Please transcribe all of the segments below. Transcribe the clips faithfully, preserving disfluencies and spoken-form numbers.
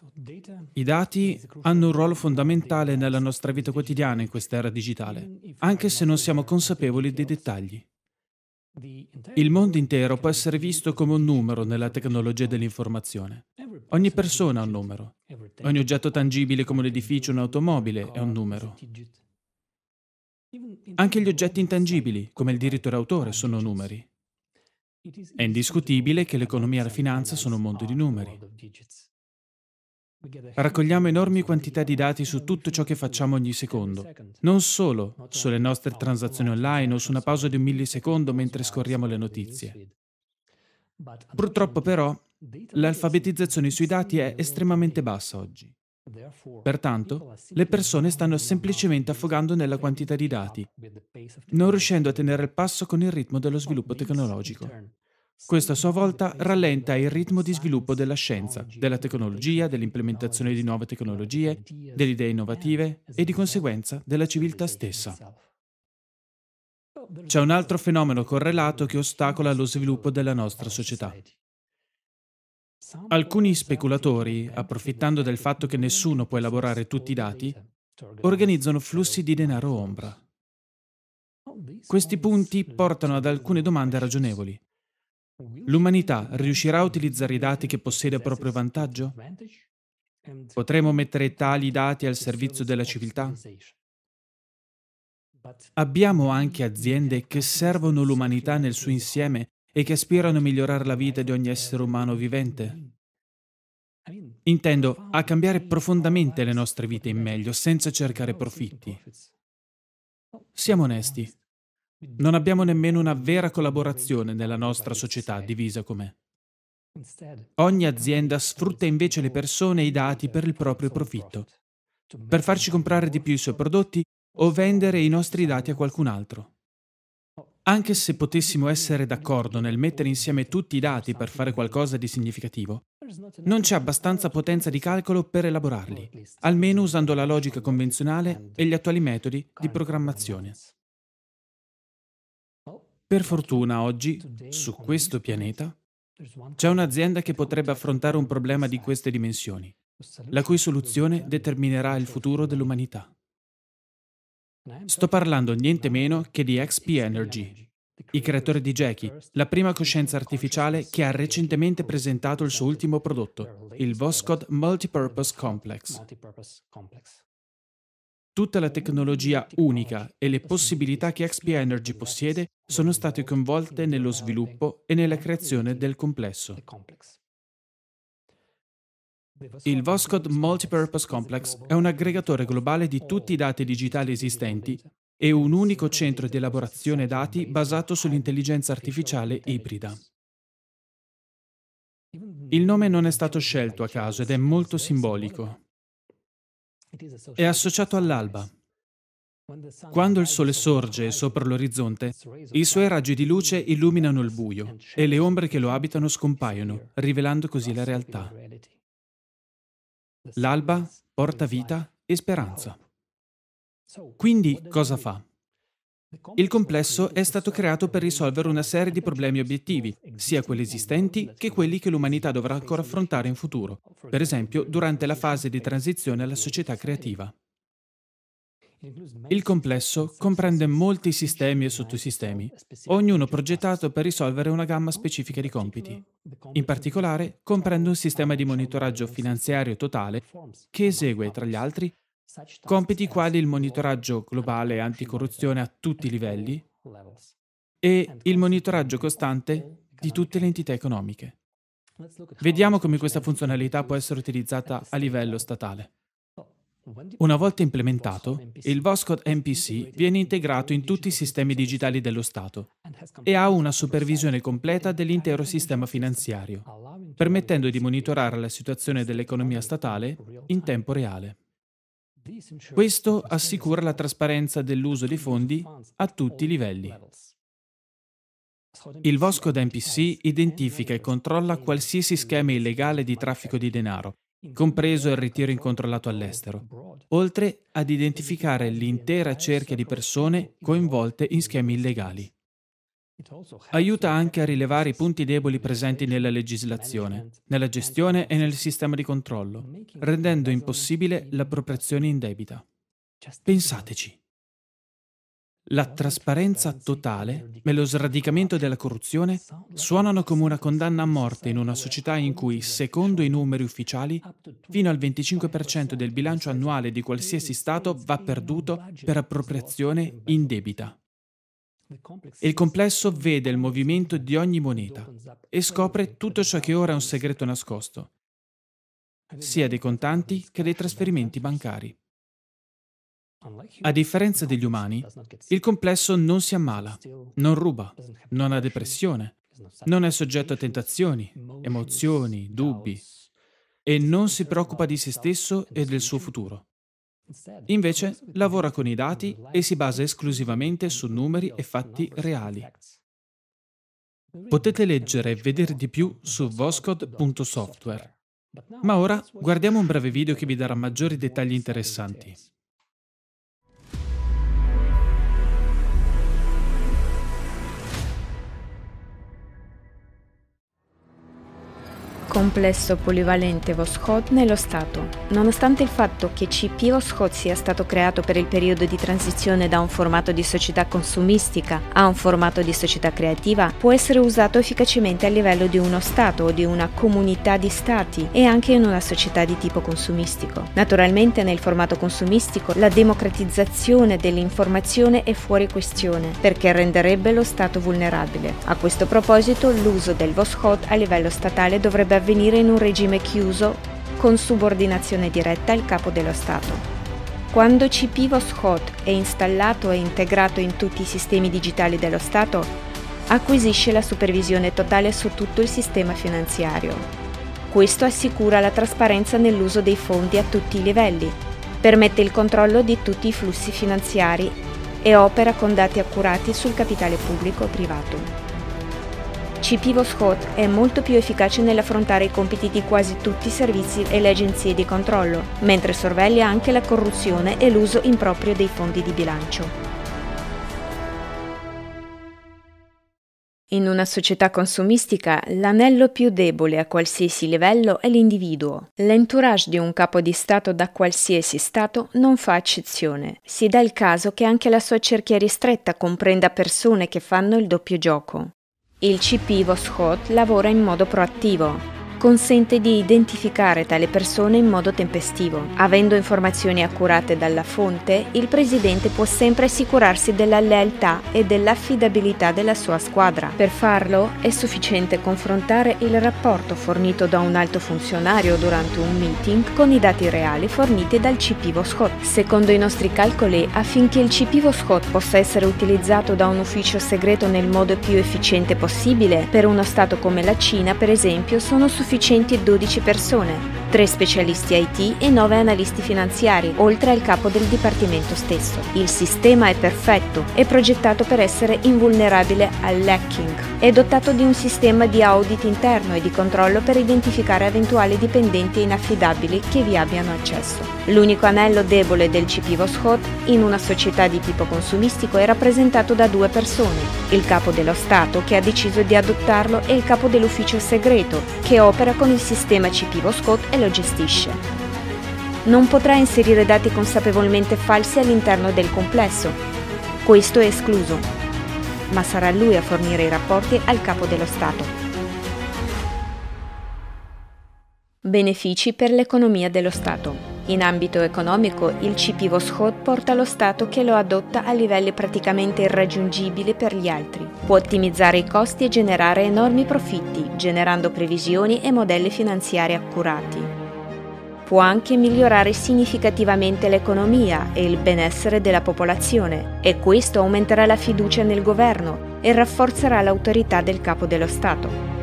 I dati hanno un ruolo fondamentale nella nostra vita quotidiana in quest'era digitale, anche se non siamo consapevoli dei dettagli. Il mondo intero può essere visto come un numero nella tecnologia dell'informazione. Ogni persona ha un numero. Ogni oggetto tangibile come un edificio o un'automobile è un numero. Anche gli oggetti intangibili, come il diritto d'autore, sono numeri. È indiscutibile che l'economia e la finanza sono un mondo di numeri. Raccogliamo enormi quantità di dati su tutto ciò che facciamo ogni secondo, non solo sulle nostre transazioni online o su una pausa di un millisecondo mentre scorriamo le notizie. Purtroppo però, l'alfabetizzazione sui dati è estremamente bassa oggi. Pertanto, le persone stanno semplicemente affogando nella quantità di dati, non riuscendo a tenere il passo con il ritmo dello sviluppo tecnologico. Questo a sua volta rallenta il ritmo di sviluppo della scienza, della tecnologia, dell'implementazione di nuove tecnologie, delle idee innovative e di conseguenza della civiltà stessa. C'è un altro fenomeno correlato che ostacola lo sviluppo della nostra società. Alcuni speculatori, approfittando del fatto che nessuno può elaborare tutti i dati, organizzano flussi di denaro ombra. Questi punti portano ad alcune domande ragionevoli. L'umanità riuscirà a utilizzare i dati che possiede a proprio vantaggio? Potremo mettere tali dati al servizio della civiltà? Abbiamo anche aziende che servono l'umanità nel suo insieme e che aspirano a migliorare la vita di ogni essere umano vivente? Intendo a cambiare profondamente le nostre vite in meglio, senza cercare profitti. Siamo onesti. Non abbiamo nemmeno una vera collaborazione nella nostra società divisa com'è. Ogni azienda sfrutta invece le persone e i dati per il proprio profitto, per farci comprare di più i suoi prodotti o vendere i nostri dati a qualcun altro. Anche se potessimo essere d'accordo nel mettere insieme tutti i dati per fare qualcosa di significativo, non c'è abbastanza potenza di calcolo per elaborarli, almeno usando la logica convenzionale e gli attuali metodi di programmazione. Per fortuna oggi, su questo pianeta, c'è un'azienda che potrebbe affrontare un problema di queste dimensioni, la cui soluzione determinerà il futuro dell'umanità. Sto parlando niente meno che di X P Energy, i creatori di Jackie, la prima coscienza artificiale che ha recentemente presentato il suo ultimo prodotto, il Voskhod Multipurpose Complex. Tutta la tecnologia unica e le possibilità che X P Energy possiede sono state coinvolte nello sviluppo e nella creazione del complesso. Il Voskhod Multipurpose Complex è un aggregatore globale di tutti i dati digitali esistenti e un unico centro di elaborazione dati basato sull'intelligenza artificiale ibrida. Il nome non è stato scelto a caso ed è molto simbolico. È associato all'alba. Quando il sole sorge sopra l'orizzonte, i suoi raggi di luce illuminano il buio e le ombre che lo abitano scompaiono, rivelando così la realtà. L'alba porta vita e speranza. Quindi cosa fa? Il complesso è stato creato per risolvere una serie di problemi obiettivi, sia quelli esistenti che quelli che l'umanità dovrà ancora affrontare in futuro, per esempio durante la fase di transizione alla società creativa. Il complesso comprende molti sistemi e sottosistemi, ognuno progettato per risolvere una gamma specifica di compiti. In particolare, comprende un sistema di monitoraggio finanziario totale che esegue, tra gli altri, compiti quali il monitoraggio globale anticorruzione a tutti i livelli e il monitoraggio costante di tutte le entità economiche. Vediamo come questa funzionalità può essere utilizzata a livello statale. Una volta implementato, il Voskhod M P C viene integrato in tutti i sistemi digitali dello Stato e ha una supervisione completa dell'intero sistema finanziario, permettendo di monitorare la situazione dell'economia statale in tempo reale. Questo assicura la trasparenza dell'uso dei fondi a tutti i livelli. Il Voskhod M P C identifica e controlla qualsiasi schema illegale di traffico di denaro, compreso il ritiro incontrollato all'estero, oltre ad identificare l'intera cerchia di persone coinvolte in schemi illegali. Aiuta anche a rilevare i punti deboli presenti nella legislazione, nella gestione e nel sistema di controllo, rendendo impossibile l'appropriazione indebita. Pensateci. La trasparenza totale e lo sradicamento della corruzione suonano come una condanna a morte in una società in cui, secondo i numeri ufficiali, fino al venticinque per cento del bilancio annuale di qualsiasi Stato va perduto per appropriazione indebita. Il complesso vede il movimento di ogni moneta e scopre tutto ciò che ora è un segreto nascosto, sia dei contanti che dei trasferimenti bancari. A differenza degli umani, il complesso non si ammala, non ruba, non ha depressione, non è soggetto a tentazioni, emozioni, dubbi e non si preoccupa di se stesso e del suo futuro. Invece lavora con i dati e si basa esclusivamente su numeri e fatti reali. Potete leggere e vedere di più su voscod punto software. Ma ora guardiamo un breve video che vi darà maggiori dettagli interessanti. Complesso polivalente Voskhod nello Stato. Nonostante il fatto che C P Voskhod sia stato creato per il periodo di transizione da un formato di società consumistica a un formato di società creativa, può essere usato efficacemente a livello di uno Stato o di una comunità di Stati e anche in una società di tipo consumistico. Naturalmente nel formato consumistico la democratizzazione dell'informazione è fuori questione, perché renderebbe lo Stato vulnerabile. A questo proposito l'uso del Voskhod a livello statale dovrebbe avvenire in un regime chiuso con subordinazione diretta al capo dello Stato. Quando C P Voskhod è installato e integrato in tutti i sistemi digitali dello Stato, acquisisce la supervisione totale su tutto il sistema finanziario. Questo assicura la trasparenza nell'uso dei fondi a tutti i livelli, permette il controllo di tutti i flussi finanziari e opera con dati accurati sul capitale pubblico o privato. C P Voskhod è molto più efficace nell'affrontare i compiti di quasi tutti i servizi e le agenzie di controllo, mentre sorveglia anche la corruzione e l'uso improprio dei fondi di bilancio. In una società consumistica, l'anello più debole a qualsiasi livello è l'individuo. L'entourage di un capo di Stato da qualsiasi Stato non fa eccezione. Si dà il caso che anche la sua cerchia ristretta comprenda persone che fanno il doppio gioco. Il C P Voskhod lavora in modo proattivo. Consente di identificare tale persone in modo tempestivo. Avendo informazioni accurate dalla fonte, il presidente può sempre assicurarsi della lealtà e dell'affidabilità della sua squadra. Per farlo è sufficiente confrontare il rapporto fornito da un alto funzionario durante un meeting con i dati reali forniti dal C P Voskhod. Secondo i nostri calcoli, affinché il C P Voskhod possa essere utilizzato da un ufficio segreto nel modo più efficiente possibile, per uno Stato come la Cina, per esempio, sono sufficienti dodici persone, tre specialisti I T e nove analisti finanziari, oltre al capo del dipartimento stesso. Il sistema è perfetto, è progettato per essere invulnerabile all'hacking. È dotato di un sistema di audit interno e di controllo per identificare eventuali dipendenti inaffidabili che vi abbiano accesso. L'unico anello debole del C P Voskhod in una società di tipo consumistico è rappresentato da due persone: il capo dello Stato, che ha deciso di adottarlo, e il capo dell'ufficio segreto, che opera con il sistema C P Voskhod e lo gestisce. Non potrà inserire dati consapevolmente falsi all'interno del complesso. Questo è escluso, ma sarà lui a fornire i rapporti al capo dello Stato. Benefici per l'economia dello Stato. In ambito economico, il C P Voskhod porta lo Stato che lo adotta a livelli praticamente irraggiungibili per gli altri. Può ottimizzare i costi e generare enormi profitti, generando previsioni e modelli finanziari accurati. Può anche migliorare significativamente l'economia e il benessere della popolazione, e questo aumenterà la fiducia nel governo e rafforzerà l'autorità del capo dello Stato.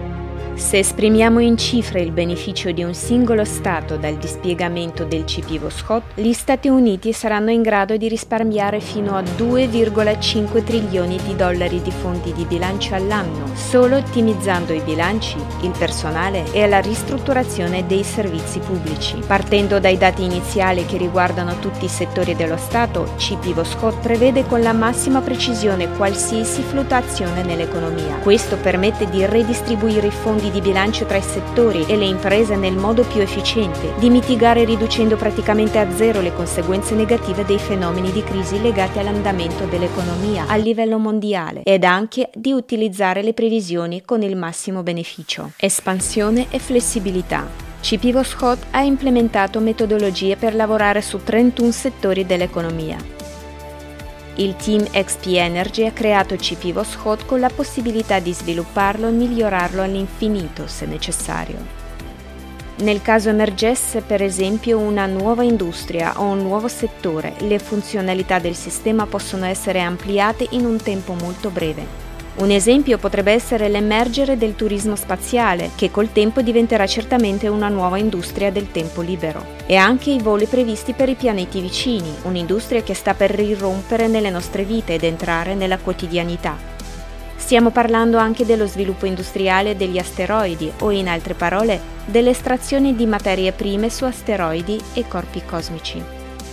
Se esprimiamo in cifre il beneficio di un singolo Stato dal dispiegamento del C P Voskhod, gli Stati Uniti saranno in grado di risparmiare fino a due virgola cinque trilioni di dollari di fondi di bilancio all'anno, solo ottimizzando i bilanci, il personale e la ristrutturazione dei servizi pubblici. Partendo dai dati iniziali che riguardano tutti i settori dello Stato, C P Voskhod prevede con la massima precisione qualsiasi fluttuazione nell'economia. Questo permette di redistribuire i fondi di bilancio tra i settori e le imprese nel modo più efficiente, di mitigare riducendo praticamente a zero le conseguenze negative dei fenomeni di crisi legati all'andamento dell'economia a livello mondiale ed anche di utilizzare le previsioni con il massimo beneficio. Espansione e flessibilità. C P Voskhod ha implementato metodologie per lavorare su trentuno settori dell'economia. Il team X P Energy ha creato C P Voskhod con la possibilità di svilupparlo e migliorarlo all'infinito se necessario. Nel caso emergesse, per esempio, una nuova industria o un nuovo settore, le funzionalità del sistema possono essere ampliate in un tempo molto breve. Un esempio potrebbe essere l'emergere del turismo spaziale, che col tempo diventerà certamente una nuova industria del tempo libero, e anche i voli previsti per i pianeti vicini, un'industria che sta per irrompere nelle nostre vite ed entrare nella quotidianità. Stiamo parlando anche dello sviluppo industriale degli asteroidi o, in altre parole, dell'estrazione di materie prime su asteroidi e corpi cosmici.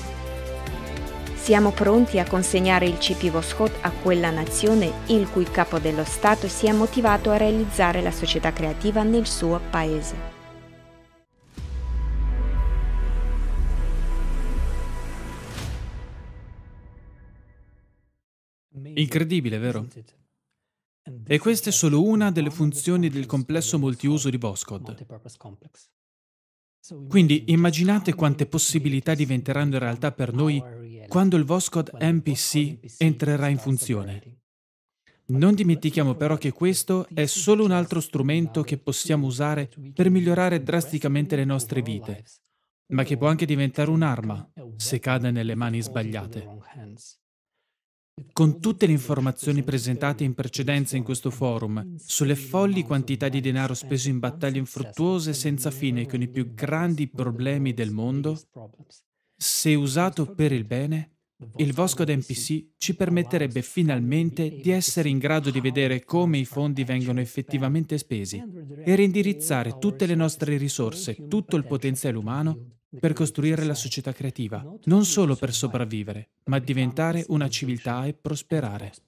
Siamo pronti a consegnare il C P Voskhod a quella nazione il cui capo dello Stato sia motivato a realizzare la società creativa nel suo paese. Incredibile, vero? E questa è solo una delle funzioni del complesso multiuso di Voskhod. Quindi immaginate quante possibilità diventeranno in realtà per noi quando il Voskhod M P C entrerà in funzione. Non dimentichiamo però che questo è solo un altro strumento che possiamo usare per migliorare drasticamente le nostre vite, ma che può anche diventare un'arma se cade nelle mani sbagliate. Con tutte le informazioni presentate in precedenza in questo forum sulle folli quantità di denaro speso in battaglie infruttuose senza fine con i più grandi problemi del mondo, se usato per il bene, il Voskhod M P C ci permetterebbe finalmente di essere in grado di vedere come i fondi vengono effettivamente spesi e reindirizzare tutte le nostre risorse, tutto il potenziale umano, per costruire la società creativa, non solo per sopravvivere, ma diventare una civiltà e prosperare.